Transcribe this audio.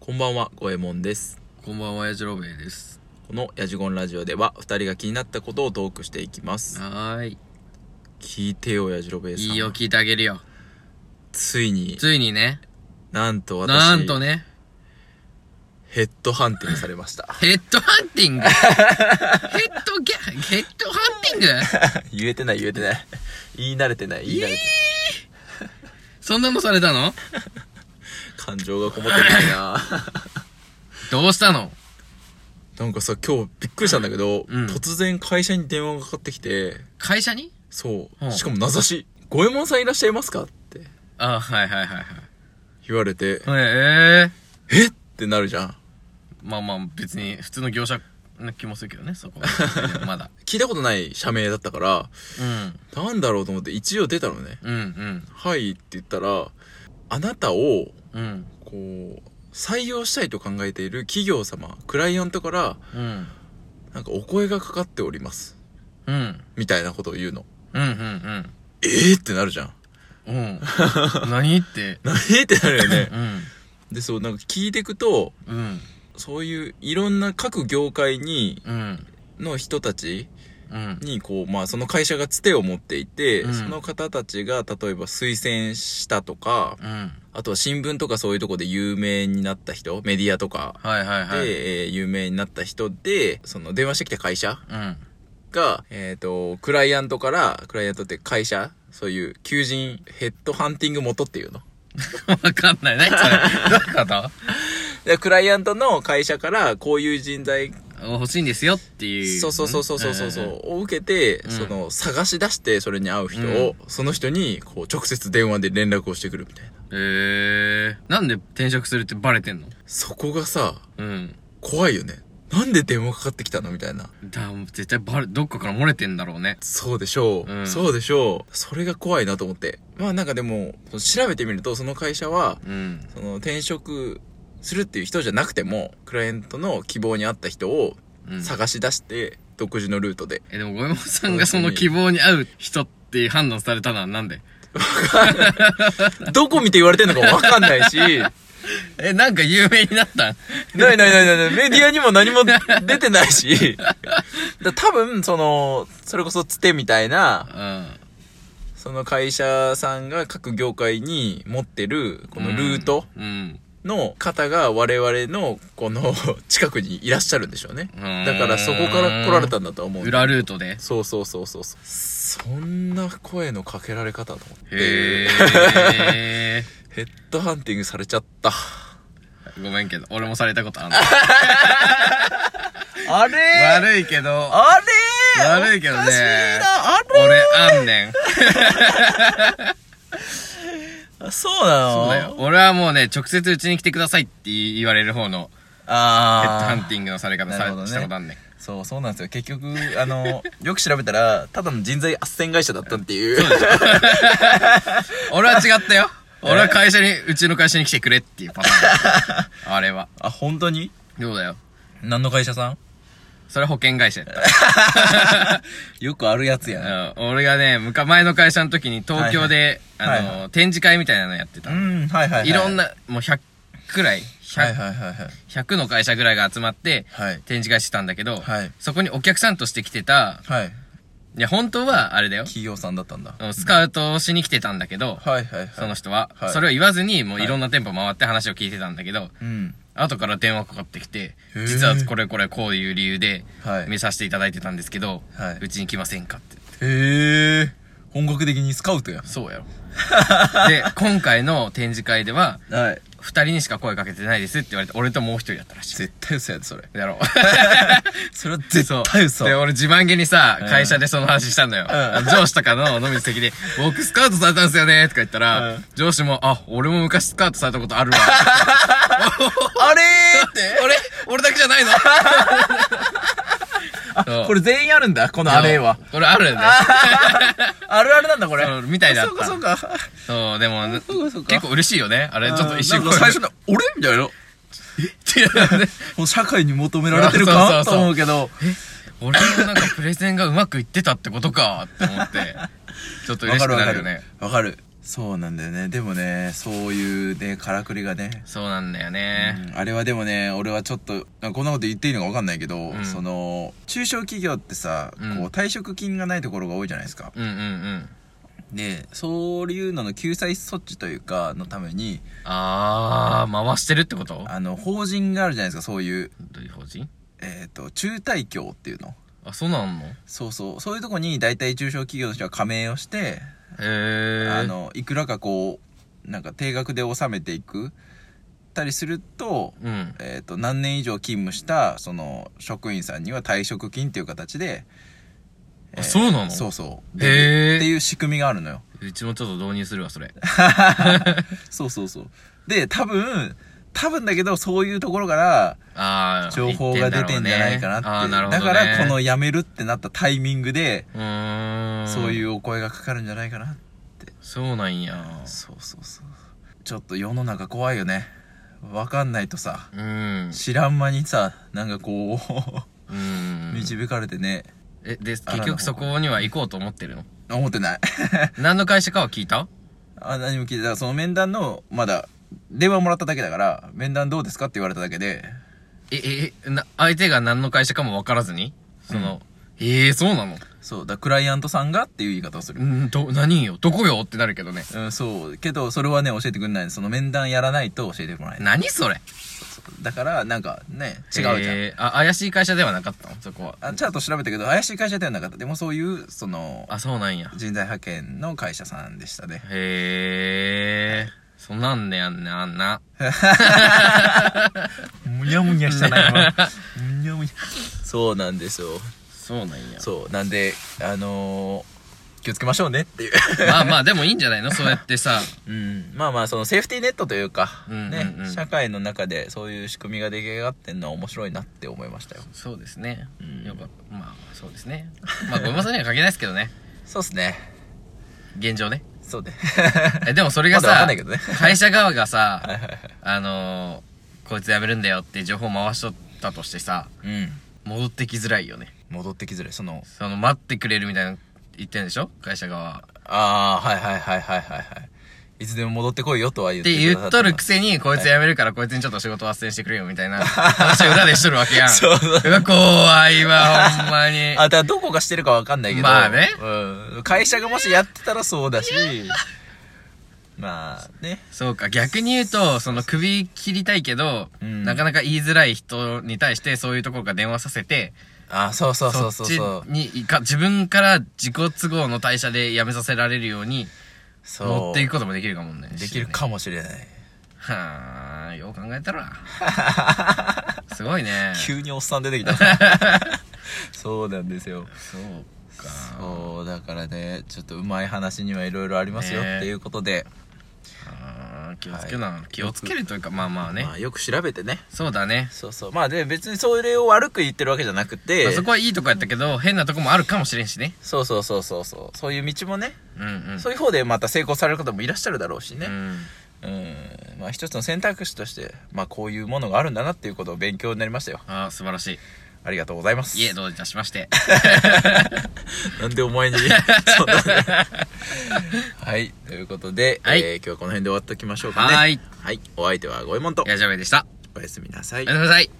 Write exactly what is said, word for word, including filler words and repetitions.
こんばんは、ごえもんです。 こんばんは、やじろべえです。 このやじごんラジオではふたりが気になったことをトークしていきます。 はーい。 聞いてよ、やじろべえさん。 いいよ、聞いてあげるよ。 ついに、 ついにね。 なんと私、 なんとね。 ヘッドハンティングされました。 ヘッドハンティングヘッドギャ、ヘッドハンティング言えてない言えてない。言い慣れてない、言い慣れてない。 そんなのされたの？ 感情がこもってないなどうしたの？ なんかさ、今日びっくりしたんだけど、 うん、 突然会社に電話がかかってきて。 会社に？ そう。 うん、 しかも名指し。ごえもんさんいらっしゃいますかって。 あ、はいはいはいはい。 言われて。 えー、 えってなるじゃん。 まあまあ別に普通の業者な気もするけどね、そこは。まだ。 聞いたことない社名だったから、 うん。 なんだろうと思って一応出たのね。 うんうん。 はいって言ったら、あなたを、 うん。 こう、採用したいと考えている企業様、クライアントから、 うん。 なんかお声がかかっております。 うん。 みたいなことを言うの。 うんうんうん。 えーってなるじゃん。 うん。何って。 何ってなるよね。 うん。 で、そう、なんか聞いていくと、 うん。 そういういろんな各業界に、 うん。 の人たちに、 うん、 こう、まあその会社がつてを持っていて、 うん、 その方たちが例えば推薦したとか、 うん、 あとは新聞とかそういうとこで有名になった人、メディアとかで、 はいはいはい、 えー、有名になった人で、その電話してきた会社が、 うん、 えっと、クライアントから、クライアントって会社、そういう求人、ヘッドハンティング元っていうのわかんない。何それどういうことでクライアントの会社からこういう人材欲しいんですよっていう。 そうそうそうそうそうそう、うん、を受けて、うん、その探し出してそれに合う人を、うん、その人にこう直接電話で連絡をしてくるみたいな。 へえー。なんで転職するってバレてんの？ そこがさ、 うん、 怖いよね。なんで電話かかってきたのみたいな。 だ絶対バレ、どっかから漏れてんだろうね。 そうでしょう、うん。そうでしょう。それが怖いなと思って。まあなんかでも、調べてみるとその会社は、うん、その転職するっていう人じゃなくても、クライアントの希望に合った人を探し出して、うん、独自のルートで。 え、でもごえもんさんがその希望に合う人って判断されたのはなんで？ どこ見て言われてんのかわかんないし、 え、なんか有名になったん？ ないないないない、メディアにも何も出てないし、だ多分、その、それこそつてみたいな、うん、その会社さんが各業界に持ってる、このルートの方が我々のこの近くにいらっしゃるんでしょうね。だからそこから来られたんだと思う。 裏ルートで。 そうそうそうそう。そんな声のかけられ方と思って。 へー。 ヘッドハンティングされちゃった。 ごめんけど、俺もされたことあんの。 あれ悪いけど。 あれ悪いけどね。 おかしいな。あれ俺あんねん。 あ、そうなの？ そうだよ。俺はもうね、直接うちに来てくださいって言われる方の、あヘッドハンティングのされ方さ、ね、したことあんねん。 そう、そうなんですよ。結局、あの、よく調べたら、ただの人材斡旋会社だったっていう。 そうでしょ俺は違ったよ。俺は会社に、うちの会社に来てくれっていうパターン。あれは。 あ、本当に？ そうだよ。 何の会社さん？ それは保険会社やった。 よくあるやつやね。 うん。俺がね、前の会社の時に東京で、はいはい、あの、はいはい、展示会みたいなのやってた。 うん、はいはいはい。 いろんな、もうひゃくくらい、ひゃく、 はいはいはいはい、 ひゃくの会社ぐらいが集まって、はい、展示会してたんだけど、はい、そこにお客さんとして来てた、はい、いや、本当は、あれだよ。 企業さんだったんだ。 スカウトしに来てたんだけど、はいはいはい、その人は、はい、それを言わずに、もういろんな店舗回って話を聞いてたんだけど、はい、うん後から電話かかってきて、実はこれこれこういう理由で、見させていただいてたんですけど、はい、うちに来ませんかって。 へー。本格的にスカウトや。 そうやろ。で、今回の展示会では、はい、二人にしか声かけてないですって言われて、俺ともう一人だったらしい。 絶対嘘やで、それ。 やろう。 それは絶対嘘。 で、俺自慢げにさ、会社でその話したんだよ。うん、上司とかの飲み席で、僕スカウトされたんですよねとか言ったら、うん、上司も、あ、俺も昔スカウトされたことあるわ。 あれーって。 俺、俺だけじゃないのあ、これ全員あるんだ、このあれは。 これあるんだよ。 あるあるなんだ、これ。 そう、みたいだった。 そうか、そうか。 そう、でも、結構嬉しいよね。あれ、ちょっと一瞬最初の、俺みたいな。えっていうね。もう社会に求められてるかと思うけど。 え、俺のなんかプレゼンがうまくいってたってことかって思って、ちょっと嬉しくなるよね。 わかる。 そうなんだよね。でもね、そういうね、からくりがね。 そうなんだよね、 うん、あれはでもね、俺はちょっと、こんなこと言っていいのか分かんないけど、うん、その、中小企業ってさ、うん、こう退職金がないところが多いじゃないですか。 うんうんうん。 で、そういうのの救済措置というか、のために、 あー、回してるってこと？ あの、法人があるじゃないですか、そういう。 どういう法人？ えっと、中退協っていうの。 あ、そうなんの？ そうそう。そういうとこに大体中小企業の人は加盟をして、 へー。 あの、いくらかこう、なんか定額で納めていくたりすると、 うん、 えっと、何年以上勤務した、その、職員さんには退職金っていう形で、 えー、そうなの？ そうそう。 へー。 っていう仕組みがあるのよ。 うちもちょっと導入するわ、それ。 そうそうそう。で、多分、多分だけど、そういうところから、 あ情報が出てんじゃないかなって。 あ、なるほどね。 だから、この辞めるってなったタイミングで、 うーん、 そういうお声がかかるんじゃないかなって。 そうなんや。 そうそうそう。ちょっと世の中怖いよね。わかんないとさ、 うん、 知らん間にさ、なんかこう、 うん、 導かれてね。 え、で、結局そこには行こうと思ってるの？ 思ってない。 何の会社かは聞いた？ あ、何も聞いてた。その面談の、まだ、電話もらっただけだから、面談どうですかって言われただけで。 え、え、な、相手が何の会社かも分からずにその、うん、ええー、そうなの？ そう、だクライアントさんがっていう言い方をする。 うん、ど、何よどこよってなるけどね。 うん、そう。けど、それはね、教えてくれない。その面談やらないと教えてもらえない。 何それ？ だから、なんかね、違うじゃん。 えー、あ、怪しい会社ではなかったのそこは。 あ、ちゃんと調べたけど、怪しい会社ではなかった。でもそういう、その、 あ、そうなんや。 人材派遣の会社さんでしたね。 へえ。そんなんでやんね、あんな。 むにゃむにゃしたな、今。むにゃむにゃ。そうなんですよ。 そうなんや。 そう。なんで、あのー、気をつけましょうねっていう。 まあまあ、でもいいんじゃないのそうやってさ。 うん。まあまあ、そのセーフティーネットというか、 うんうんうん、 ね、社会の中でそういう仕組みが出来上がってんのは面白いなって思いましたよ。 そうですね。うん、よく、まあ、そうですね。まあ、ごめんなさいには限らないですけどね。 そうっすね。 現状ね。 そうね。 え、でもそれがさ、 ね、 会社側がさ、はいはいはい、あのー、こいつ辞めるんだよって情報回しとったとしてさ、 うん、 戻ってきづらいよね。 戻ってきづらい。その、 その、待ってくれるみたいな言ってんでしょ会社側は。 ああ、はいはいはいはいはいはい。いつでも戻ってこいよとは言ってって言っとるくせに、こいつ辞めるから、こいつにちょっと仕事斡旋してくれよみたいな話を裏でしとるわけやん。そうそう。うわ、怖いわ、ほんまに。 あ、だからどこがしてるかわかんないけど。 まあね。 うん。会社がもしやってたらそうだし、まあね。 そうか、逆に言うと、その首切りたいけど、うん、なかなか言いづらい人に対してそういうところから電話させて、 あ、そうそうそうそう。 そっちにか、自分から自己都合の退社で辞めさせられるように、持っていくこともできるかもね。 できるかもしれない。 はぁ、よう考えたら。すごいね。 急におっさん出てきた。そうなんですよ。 そうか。 そう、だからね、ちょっとうまい話にはいろいろありますよっていうことで。 気をつけな、はい、気をつけるというか、まあまあね。まあよく調べてね。 そうだね。 そうそう。まあで、別にそれを悪く言ってるわけじゃなくて。まあ、 そこはいいとこやったけど、変なとこもあるかもしれんしね。 そうそうそうそうそう。そういう道もね。 うんうん。 そういう方でまた成功される方もいらっしゃるだろうしね。 うん。 うん。まあ一つの選択肢として、まあこういうものがあるんだなっていうことを勉強になりましたよ。 ああ、素晴らしい。 ありがとうございます。 いえ、どういたしまして。 なんでお前にそんなはい。ということで、はい、えー、今日はこの辺で終わっておきましょうかね。 はい。 はい。お相手はごえもんと。 やじゃべでした。 おやすみなさい。 おやすみなさい。